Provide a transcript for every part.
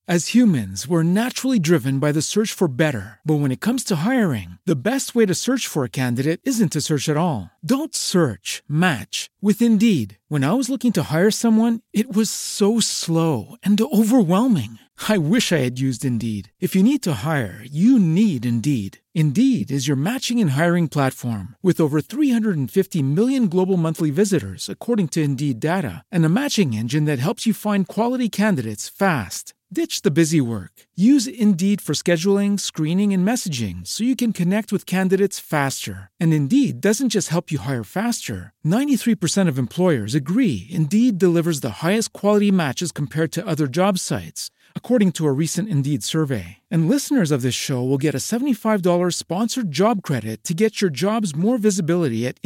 As humans, we're naturally driven by the search for better. But when it comes to hiring, the best way to search for a candidate isn't to search at all. Don't search, match with Indeed. When I was looking to hire someone, it was so slow and overwhelming. I wish I had used Indeed. If you need to hire, you need Indeed. Indeed is your matching and hiring platform with over 350 million global monthly visitors, according to Indeed data, and a matching engine that helps you find quality candidates fast. Ditch the busy work. Use Indeed for scheduling, screening, and messaging so you can connect with candidates faster. And Indeed doesn't just help you hire faster. 93% of employers agree Indeed delivers the highest quality matches compared to other job sites, according to a recent Indeed survey. And listeners of this show will get a $75 sponsored job credit to get your jobs more visibility at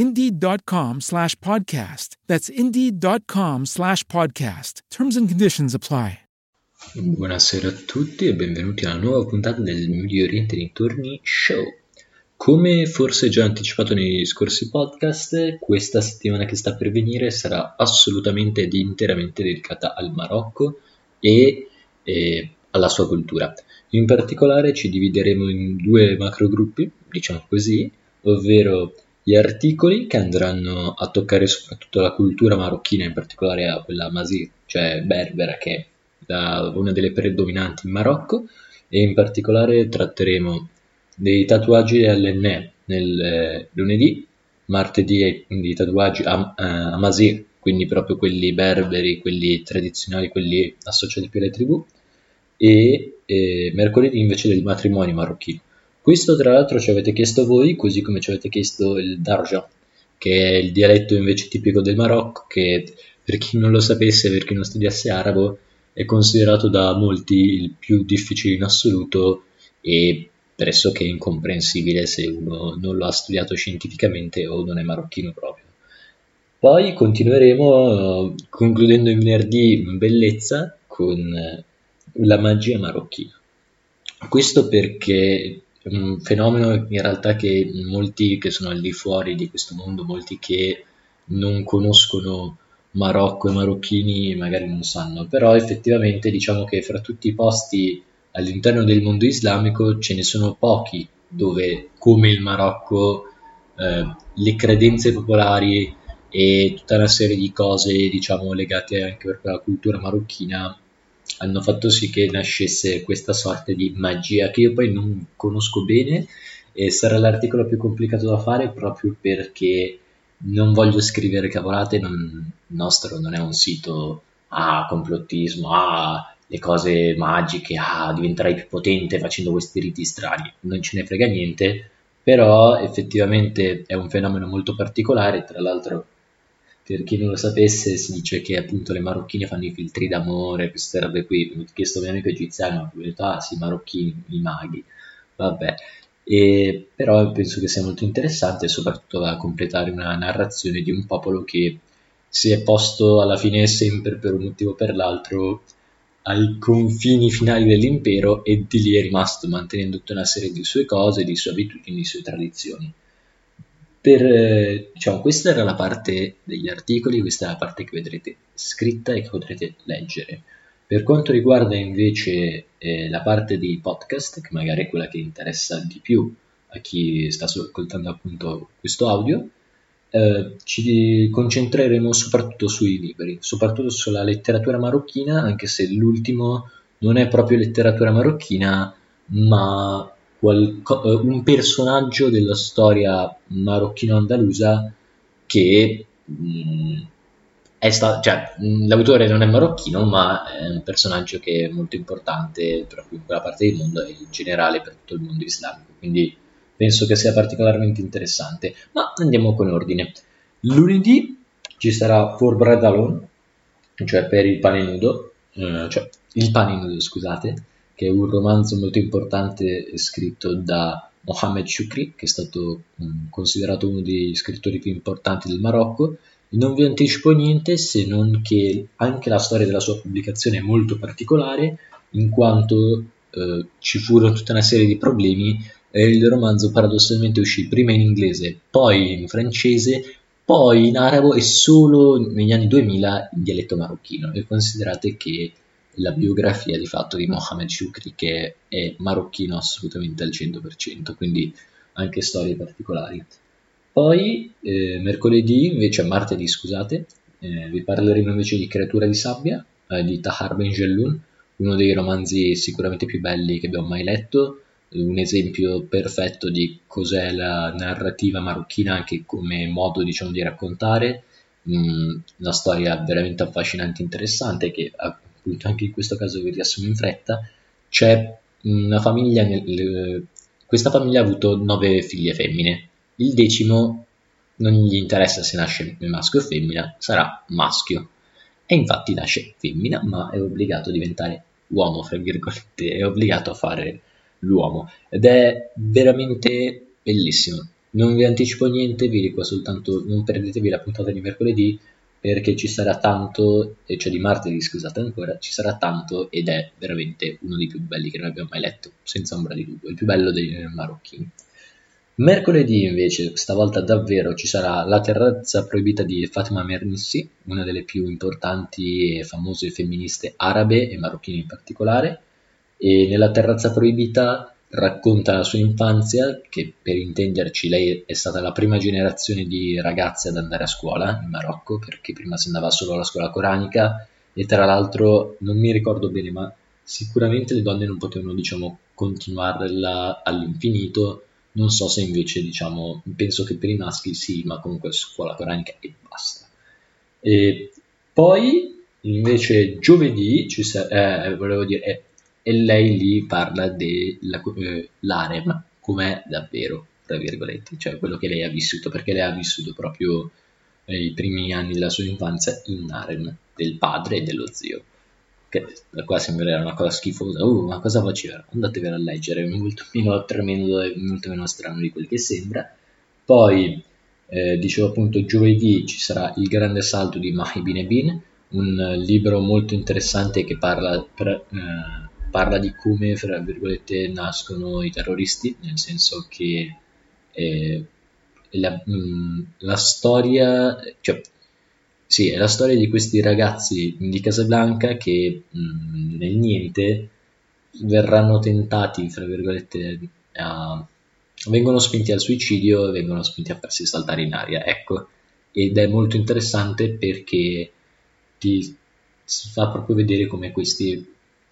Indeed.com/podcast. That's Indeed.com/podcast. Terms and conditions apply. Buonasera a tutti e benvenuti alla nuova puntata del Medio Oriente Dintorni Show. Come forse già anticipato nei scorsi podcast, questa settimana che sta per venire sarà assolutamente ed interamente dedicata al Marocco e alla sua cultura. In particolare ci divideremo in due macrogruppi, diciamo così, ovvero gli articoli che andranno a toccare soprattutto la cultura marocchina, in particolare a quella Amazigh, cioè berbera, che è una delle predominanti in Marocco, e in particolare tratteremo dei tatuaggi all'Enne nel lunedì, martedì di tatuaggi Amazigh, quindi proprio quelli berberi, quelli tradizionali, quelli associati più alle tribù, e mercoledì invece del matrimonio marocchino. Questo tra l'altro ci avete chiesto voi, così come ci avete chiesto il Darja, che è il dialetto invece tipico del Marocco, che per chi non lo sapesse, per chi non studiasse arabo, è considerato da molti il più difficile in assoluto e pressoché incomprensibile se uno non lo ha studiato scientificamente o non è marocchino proprio. Poi continueremo concludendo in venerdì in bellezza con la magia marocchina. Questo perché è un fenomeno in realtà che molti che sono al di fuori di questo mondo, molti che non conoscono Marocco e marocchini magari non sanno, però effettivamente diciamo che fra tutti i posti all'interno del mondo islamico ce ne sono pochi dove, come il Marocco, le credenze popolari e tutta una serie di cose diciamo legate anche per la cultura marocchina hanno fatto sì che nascesse questa sorta di magia che io poi non conosco bene, e sarà l'articolo più complicato da fare proprio perché non voglio scrivere cavolate, il nostro non è un sito complottismo, le cose magiche, diventerai più potente facendo questi riti strani, non ce ne frega niente, però effettivamente è un fenomeno molto particolare. Tra l'altro, per chi non lo sapesse, si dice che appunto le marocchine fanno i filtri d'amore, queste robe qui. Mi ho chiesto a mio amico egiziano, ho detto sì, i marocchini, i maghi, vabbè. Però penso che sia molto interessante, soprattutto da completare una narrazione di un popolo che si è posto alla fine sempre per un motivo o per l'altro ai confini finali dell'impero e di lì è rimasto mantenendo tutta una serie di sue cose, di sue abitudini, di sue tradizioni. Diciamo, questa era la parte degli articoli, questa è la parte che vedrete scritta e che potrete leggere. Per quanto riguarda invece la parte dei podcast, che magari è quella che interessa di più a chi sta ascoltando appunto questo audio, ci concentreremo soprattutto sui libri, soprattutto sulla letteratura marocchina, anche se l'ultimo non è proprio letteratura marocchina, ma un personaggio della storia marocchino-andalusa che l'autore non è marocchino, ma è un personaggio che è molto importante proprio in quella parte del mondo e in generale per tutto il mondo islamico, quindi penso che sia particolarmente interessante. Ma andiamo con ordine. Lunedì ci sarà For Bread Alone, cioè per il pane nudo, scusate, che è un romanzo molto importante scritto da Mohamed Choukri, che è stato considerato uno dei scrittori più importanti del Marocco. Non vi anticipo niente, se non che anche la storia della sua pubblicazione è molto particolare, in quanto ci furono tutta una serie di problemi e il romanzo paradossalmente uscì prima in inglese, poi in francese, poi in arabo e solo negli anni 2000 in dialetto marocchino. E considerate che la biografia di fatto di Mohamed Shukri, che è marocchino assolutamente al 100%, quindi anche storie particolari. Poi martedì scusate, vi parleremo invece di Creatura di sabbia, di Tahar Ben Jelloun, uno dei romanzi sicuramente più belli che abbiamo mai letto, un esempio perfetto di cos'è la narrativa marocchina anche come modo, diciamo, di raccontare, una storia veramente affascinante e interessante che appunto anche in questo caso vi riassumo in fretta. C'è una famiglia, questa famiglia ha avuto 9 figlie femmine, il 10° non gli interessa se nasce maschio o femmina, sarà maschio. E infatti nasce femmina, ma è obbligato a diventare uomo, fra virgolette, è obbligato a fare l'uomo. Ed è veramente bellissimo. Non vi anticipo niente, vi dico soltanto non perdetevi la puntata di mercoledì, perché ci sarà tanto, cioè di martedì scusate ancora, ci sarà tanto ed è veramente uno dei più belli che noi abbiamo mai letto, senza ombra di dubbio, il più bello dei marocchini. Mercoledì invece, stavolta davvero, ci sarà La terrazza proibita di Fatima Mernissi, una delle più importanti e famose femministe arabe e marocchine in particolare, e nella terrazza proibita racconta la sua infanzia, che per intenderci lei è stata la prima generazione di ragazze ad andare a scuola in Marocco, perché prima si andava solo alla scuola coranica e tra l'altro non mi ricordo bene, ma sicuramente le donne non potevano, diciamo, continuarla all'infinito. Non so se invece, diciamo, penso che per i maschi sì, ma comunque scuola coranica e basta. E poi invece giovedì volevo dire, e lei lì parla dell'harem, com'è davvero, tra virgolette, cioè quello che lei ha vissuto, perché lei ha vissuto proprio i primi anni della sua infanzia in un harem del padre e dello zio, che da qua sembrerà una cosa schifosa. Ma cosa faceva? Andatevela a leggere, è molto meno tremendo e molto meno strano di quel che sembra. Poi dicevo appunto giovedì ci sarà Il grande salto di Mahi Bin Ebin, un libro molto interessante che parla di come, fra virgolette, nascono i terroristi, nel senso che eh, la storia, cioè sì, è la storia di questi ragazzi di Casablanca che nel niente verranno tentati, fra virgolette, vengono spinti al suicidio e vengono spinti a farsi saltare in aria, ecco. Ed è molto interessante perché ti fa proprio vedere come questi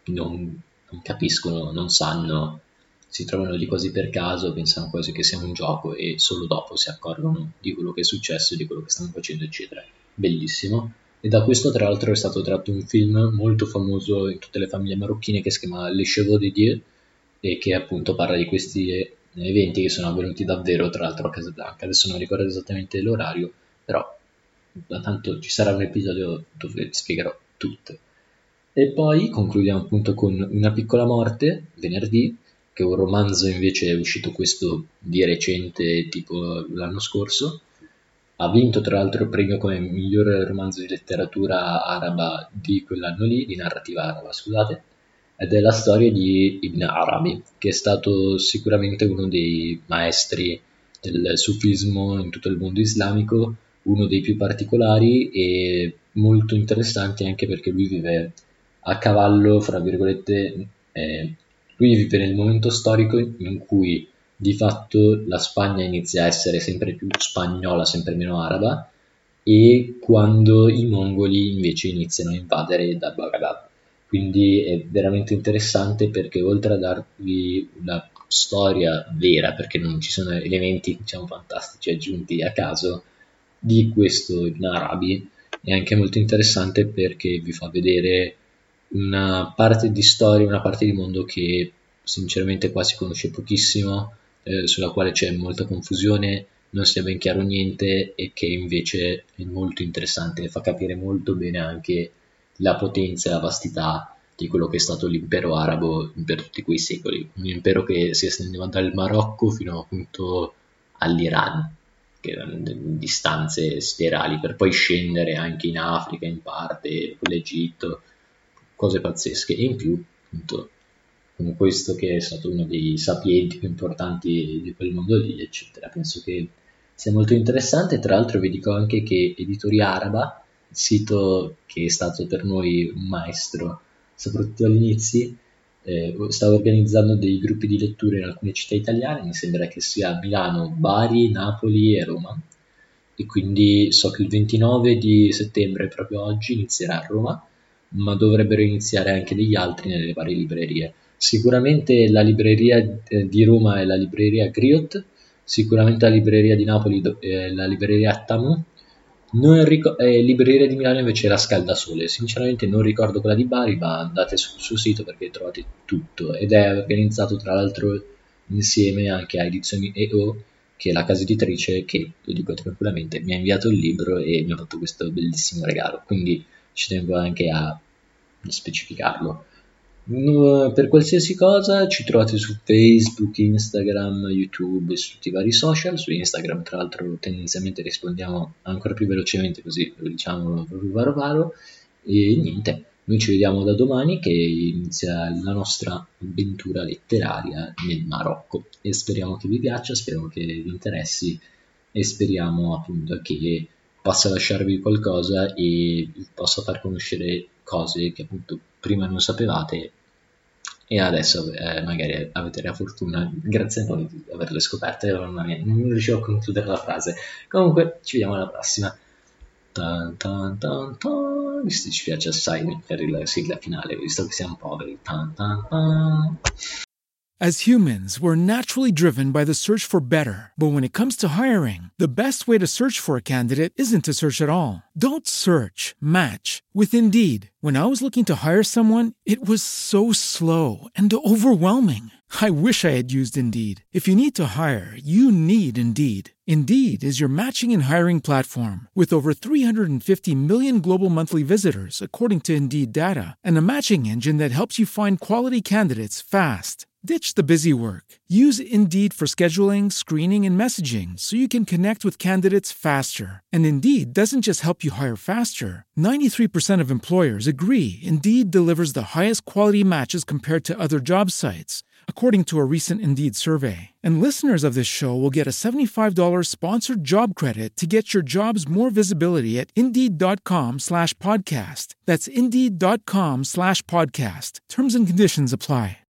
non capiscono, non sanno, si trovano lì quasi per caso, pensano quasi che sia un gioco e solo dopo si accorgono di quello che è successo, di quello che stanno facendo, eccetera. Bellissimo. E da questo tra l'altro è stato tratto un film molto famoso in tutte le famiglie marocchine che si chiama Les Chevaux de Dieu e che appunto parla di questi eventi che sono avvenuti davvero tra l'altro a Casablanca. Adesso non ricordo esattamente l'orario, però tanto ci sarà un episodio dove spiegherò tutto. E poi concludiamo appunto con Una piccola morte, venerdì, che è un romanzo invece è uscito questo di recente, tipo l'anno scorso. Ha vinto tra l'altro il premio come miglior romanzo di letteratura araba di quell'anno lì, di narrativa araba, scusate, ed è la storia di Ibn Arabi, che è stato sicuramente uno dei maestri del sufismo in tutto il mondo islamico, uno dei più particolari e molto interessante anche perché lui vive a cavallo, fra virgolette, lui vive nel momento storico in cui di fatto la Spagna inizia a essere sempre più spagnola, sempre meno araba, e quando i mongoli invece iniziano a invadere da Baghdad. Quindi è veramente interessante perché oltre a darvi una storia vera, perché non ci sono elementi diciamo fantastici aggiunti a caso, di questo Ibn Arabi, è anche molto interessante perché vi fa vedere una parte di storia, una parte di mondo che sinceramente qua si conosce pochissimo, sulla quale c'è molta confusione, non sia ben chiaro niente e che invece è molto interessante e fa capire molto bene anche la potenza e la vastità di quello che è stato l'impero arabo per tutti quei secoli, un impero che si estendeva dal Marocco fino appunto all'Iran, che erano distanze sferali, per poi scendere anche in Africa in parte, con l'Egitto, cose pazzesche. E in più, appunto, con questo che è stato uno dei sapienti più importanti di quel mondo lì, eccetera. Penso che sia molto interessante. Tra l'altro vi dico anche che Editoria Araba, il sito che è stato per noi un maestro soprattutto all'inizio. Stavo organizzando dei gruppi di lettura in alcune città italiane, mi sembra che sia Milano, Bari, Napoli e Roma, e quindi so che il 29 di settembre, proprio oggi, inizierà a Roma, ma dovrebbero iniziare anche degli altri nelle varie librerie. Sicuramente la libreria di Roma è la libreria Griot, sicuramente la libreria di Napoli è la libreria Tamu, libreria di Milano invece è la Scaldasole. Sinceramente non ricordo quella di Bari, ma andate sul suo sito perché trovate tutto, ed è organizzato tra l'altro insieme anche a Edizioni EO, che è la casa editrice che, lo dico tranquillamente, mi ha inviato il libro e mi ha fatto questo bellissimo regalo, quindi ci tengo anche a specificarlo. Per qualsiasi cosa ci trovate su Facebook, Instagram, YouTube e su tutti i vari social. Su Instagram tra l'altro tendenzialmente rispondiamo ancora più velocemente, così lo diciamo proprio varo varo. E niente, noi ci vediamo da domani che inizia la nostra avventura letteraria nel Marocco, e speriamo che vi piaccia, speriamo che vi interessi e speriamo appunto che possa lasciarvi qualcosa e vi possa far conoscere cose che appunto prima non sapevate e adesso magari avete la fortuna, grazie a noi, di averle scoperte. Non riuscivo a concludere la frase. Comunque ci vediamo alla prossima. Tan, tan, tan, tan. Visto ci piace assai per la sigla finale, visto che siamo poveri. Tan, tan, tan. As humans, we're naturally driven by the search for better. But when it comes to hiring, the best way to search for a candidate isn't to search at all. Don't search, match with Indeed. When I was looking to hire someone, it was so slow and overwhelming. I wish I had used Indeed. If you need to hire, you need Indeed. Indeed is your matching and hiring platform with over 350 million global monthly visitors, according to Indeed data, and a matching engine that helps you find quality candidates fast. Ditch the busy work. Use Indeed for scheduling, screening, and messaging so you can connect with candidates faster. And Indeed doesn't just help you hire faster. 93% of employers agree Indeed delivers the highest quality matches compared to other job sites, according to a recent Indeed survey. And listeners of this show will get a $75 sponsored job credit to get your jobs more visibility at Indeed.com/podcast. That's Indeed.com/podcast. Terms and conditions apply.